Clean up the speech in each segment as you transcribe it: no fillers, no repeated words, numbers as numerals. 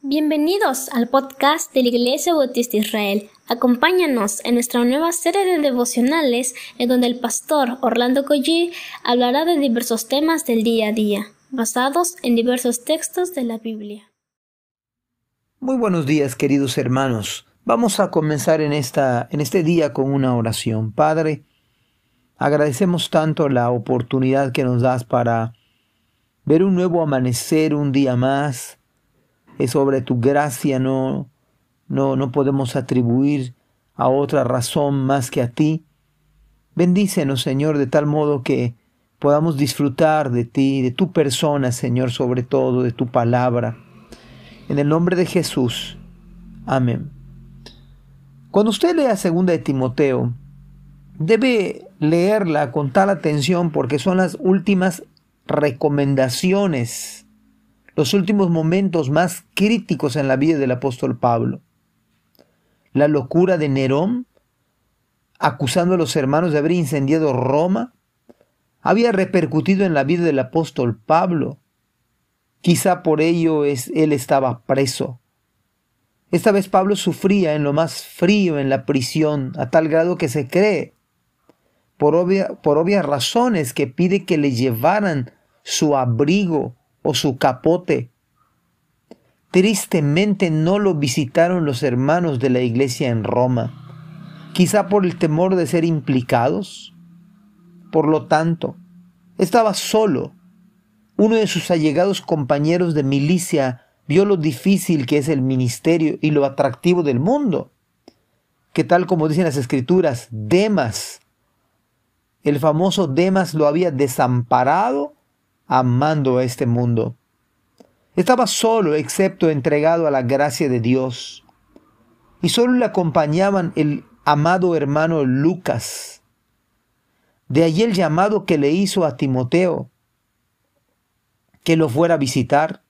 Bienvenidos al podcast de la Iglesia Bautista Israel. Acompáñanos en nuestra nueva serie de devocionales en donde el pastor Orlando Collie hablará de diversos temas del día a día, basados en diversos textos de la Biblia. Muy buenos días, queridos hermanos. Vamos a comenzar en este día con una oración. Padre, agradecemos tanto la oportunidad que nos das para ver un nuevo amanecer, un día más. Es sobre tu gracia, no podemos atribuir a otra razón más que a ti. Bendícenos, Señor, de tal modo que podamos disfrutar de ti, de tu persona, Señor, sobre todo, de tu palabra. En el nombre de Jesús. Amén. Cuando usted lea 2 de Timoteo, debe leerla con tal atención porque son las últimas recomendaciones, los últimos momentos más críticos en la vida del apóstol Pablo. La locura de Nerón, acusando a los hermanos de haber incendiado Roma, había repercutido en la vida del apóstol Pablo. Quizá por ello él estaba preso. Esta vez Pablo sufría en lo más frío en la prisión, a tal grado que se cree, por obvias razones, que pide que le llevaran su abrigo o su capote. Tristemente no lo visitaron los hermanos de la iglesia en Roma, quizá por el temor de ser implicados. Por lo tanto, estaba solo. Uno de sus allegados compañeros de milicia vio lo difícil que es el ministerio y lo atractivo del mundo, que tal como dicen las Escrituras, Demas, el famoso Demas, lo había desamparado amando a este mundo. Estaba solo, excepto entregado a la gracia de Dios. Y solo le acompañaban el amado hermano Lucas. De allí el llamado que le hizo a Timoteo, que lo fuera a visitar.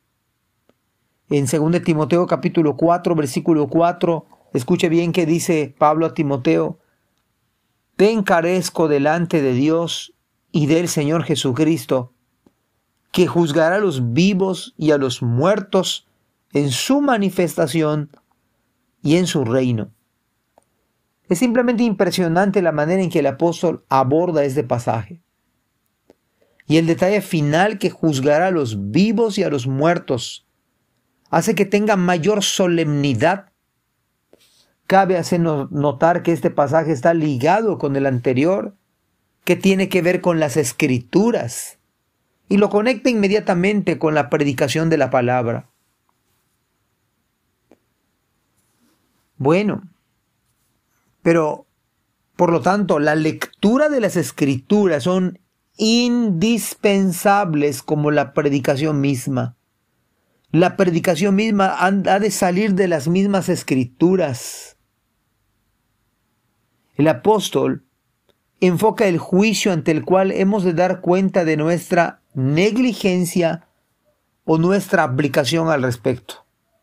En 2 de Timoteo capítulo 4, versículo 4, escuche bien que dice Pablo a Timoteo: Te encarezco delante de Dios y del Señor Jesucristo, que juzgará a los vivos y a los muertos en su manifestación y en su reino. Es simplemente impresionante la manera en que el apóstol aborda este pasaje. Y el detalle final, que juzgará a los vivos y a los muertos, hace que tenga mayor solemnidad. Cabe hacernos notar que este pasaje está ligado con el anterior, que tiene que ver con las Escrituras, y lo conecta inmediatamente con la predicación de la palabra. Bueno, pero por lo tanto, la lectura de las Escrituras son indispensables como la predicación misma. La predicación misma ha de salir de las mismas Escrituras. El apóstol enfoca el juicio ante el cual hemos de dar cuenta de nuestra negligencia o nuestra aplicación al respecto.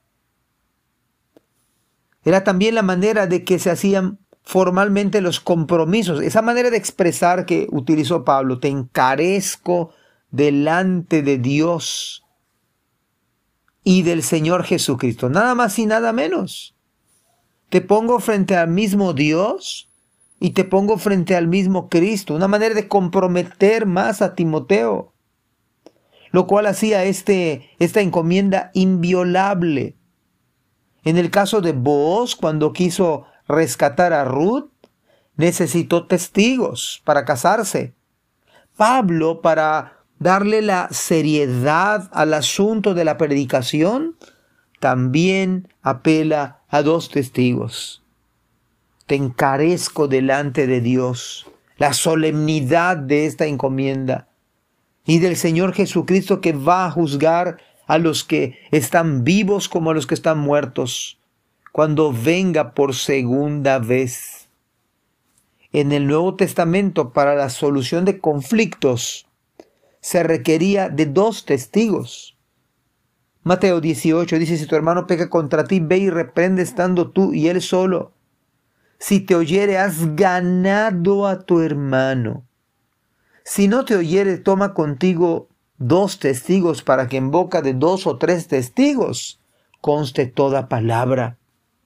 Era también la manera de que se hacían formalmente los compromisos, esa manera de expresar que utilizó Pablo: te encarezco delante de Dios y del Señor Jesucristo, nada más y nada menos. Te pongo frente al mismo Dios y te pongo frente al mismo Cristo, una manera de comprometer más a Timoteo, lo cual hacía esta encomienda inviolable. En el caso de Booz, cuando quiso rescatar a Ruth, necesitó testigos para casarse. Pablo, para darle la seriedad al asunto de la predicación, también apela a 2 testigos. Te encarezco delante de Dios, la solemnidad de esta encomienda, y del Señor Jesucristo, que va a juzgar a los que están vivos como a los que están muertos, cuando venga por segunda vez. En el Nuevo Testamento, para la solución de conflictos, se requería de 2 testigos. Mateo 18 dice: si tu hermano peca contra ti, ve y reprende estando tú y él solo. Si te oyere, has ganado a tu hermano. Si no te oyere, toma contigo 2 testigos, para que en boca de 2 o 3 testigos conste toda palabra.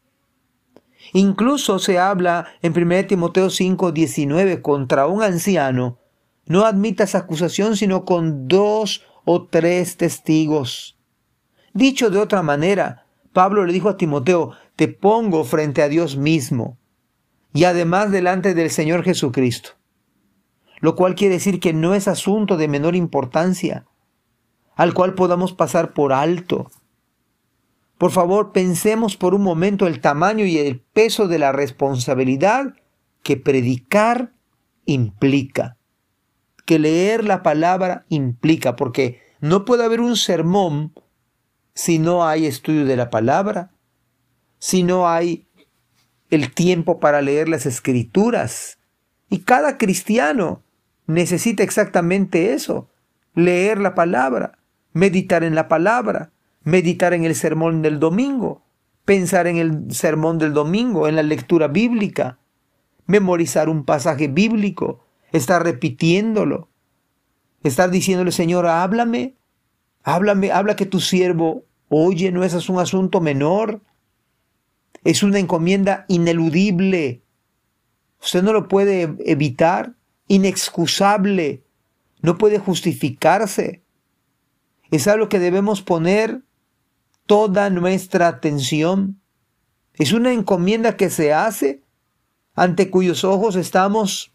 Incluso se habla en 1 Timoteo 5:19, contra un anciano no admitas acusación sino con 2 o 3 testigos. Dicho de otra manera, Pablo le dijo a Timoteo, te pongo frente a Dios mismo y además delante del Señor Jesucristo, lo cual quiere decir que no es asunto de menor importancia, al cual podamos pasar por alto. Por favor, pensemos por un momento el tamaño y el peso de la responsabilidad que predicar implica, que leer la palabra implica, porque no puede haber un sermón si no hay estudio de la palabra, si no hay el tiempo para leer las Escrituras. Y cada cristiano necesita exactamente eso, leer la palabra, meditar en la palabra, meditar en el sermón del domingo, pensar en el sermón del domingo, en la lectura bíblica, memorizar un pasaje bíblico, estar repitiéndolo, estar diciéndole, Señor, háblame, habla que tu siervo oye, no es un asunto menor, es una encomienda ineludible, usted no lo puede evitar, inexcusable, no puede justificarse, es algo que debemos poner toda nuestra atención, es una encomienda que se hace ante cuyos ojos estamos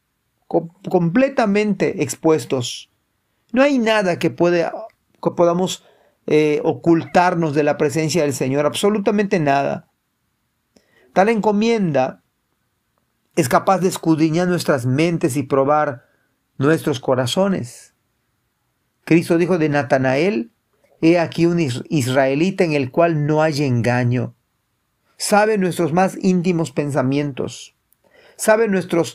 completamente expuestos. No hay nada que podamos ocultarnos de la presencia del Señor, absolutamente nada. Tal encomienda es capaz de escudriñar nuestras mentes y probar nuestros corazones. Cristo dijo de Natanael, he aquí un israelita en el cual no hay engaño. Sabe nuestros más íntimos pensamientos, sabe nuestros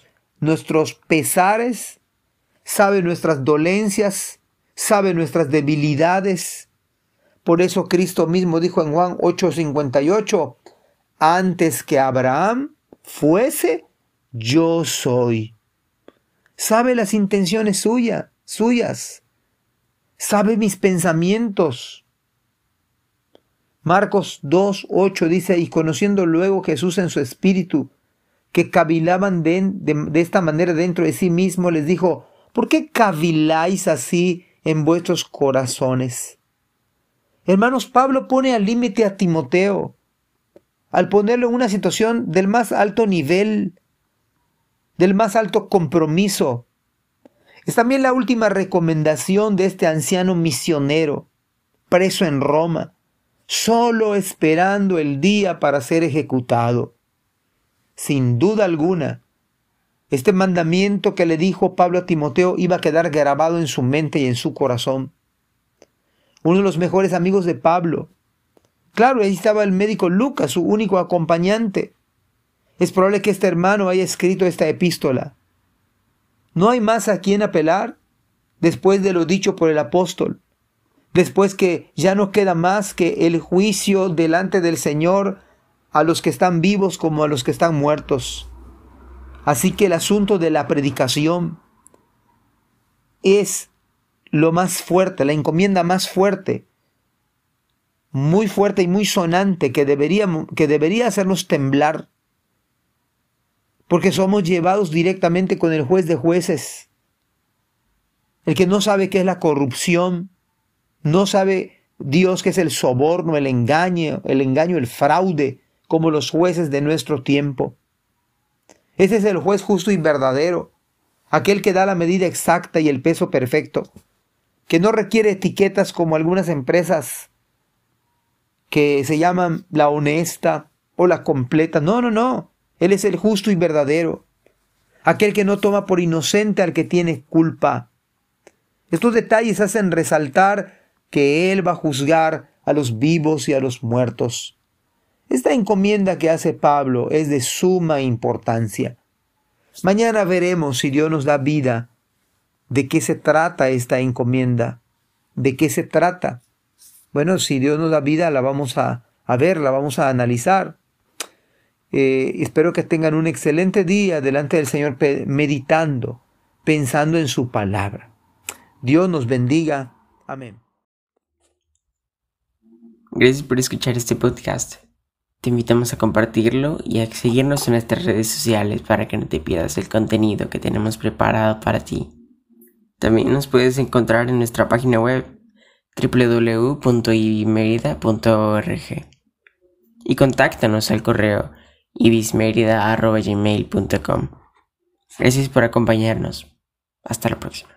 pesares, sabe nuestras dolencias, sabe nuestras debilidades. Por eso Cristo mismo dijo en Juan 8:58, antes que Abraham fuese, yo soy. Sabe las intenciones suyas. Sabe mis pensamientos. Marcos 2:8 dice, y conociendo luego Jesús en su espíritu, que cavilaban de esta manera dentro de sí mismo, les dijo, ¿por qué caviláis así en vuestros corazones? Hermanos, Pablo pone al límite a Timoteo, al ponerlo en una situación del más alto nivel, del más alto compromiso. Es también la última recomendación de este anciano misionero, preso en Roma, solo esperando el día para ser ejecutado. Sin duda alguna, este mandamiento que le dijo Pablo a Timoteo iba a quedar grabado en su mente y en su corazón. Uno de los mejores amigos de Pablo. Claro, ahí estaba el médico Lucas, su único acompañante. Es probable que este hermano haya escrito esta epístola. No hay más a quien apelar después de lo dicho por el apóstol. Después que ya no queda más que el juicio delante del Señor a los que están vivos como a los que están muertos. Así que el asunto de la predicación es lo más fuerte, la encomienda más fuerte, muy fuerte y muy sonante que debería hacernos temblar, porque somos llevados directamente con el juez de jueces, el que no sabe qué es la corrupción, no sabe Dios qué es el soborno, el engaño, el fraude, como los jueces de nuestro tiempo. Ese es el juez justo y verdadero, aquel que da la medida exacta y el peso perfecto, que no requiere etiquetas como algunas empresas que se llaman la honesta o la completa. No. Él es el justo y verdadero, aquel que no toma por inocente al que tiene culpa. Estos detalles hacen resaltar que Él va a juzgar a los vivos y a los muertos. Esta encomienda que hace Pablo es de suma importancia. Mañana veremos, si Dios nos da vida, de qué se trata esta encomienda. ¿De qué se trata? Bueno, si Dios nos da vida, la vamos a ver, la vamos a analizar. Espero que tengan un excelente día delante del Señor, meditando, pensando en su palabra. Dios nos bendiga. Amén. Gracias por escuchar este podcast. Te invitamos a compartirlo y a seguirnos en nuestras redes sociales para que no te pierdas el contenido que tenemos preparado para ti. También nos puedes encontrar en nuestra página web www.ibismerida.org y contáctanos al correo ibismerida@gmail.com. Gracias por acompañarnos. Hasta la próxima.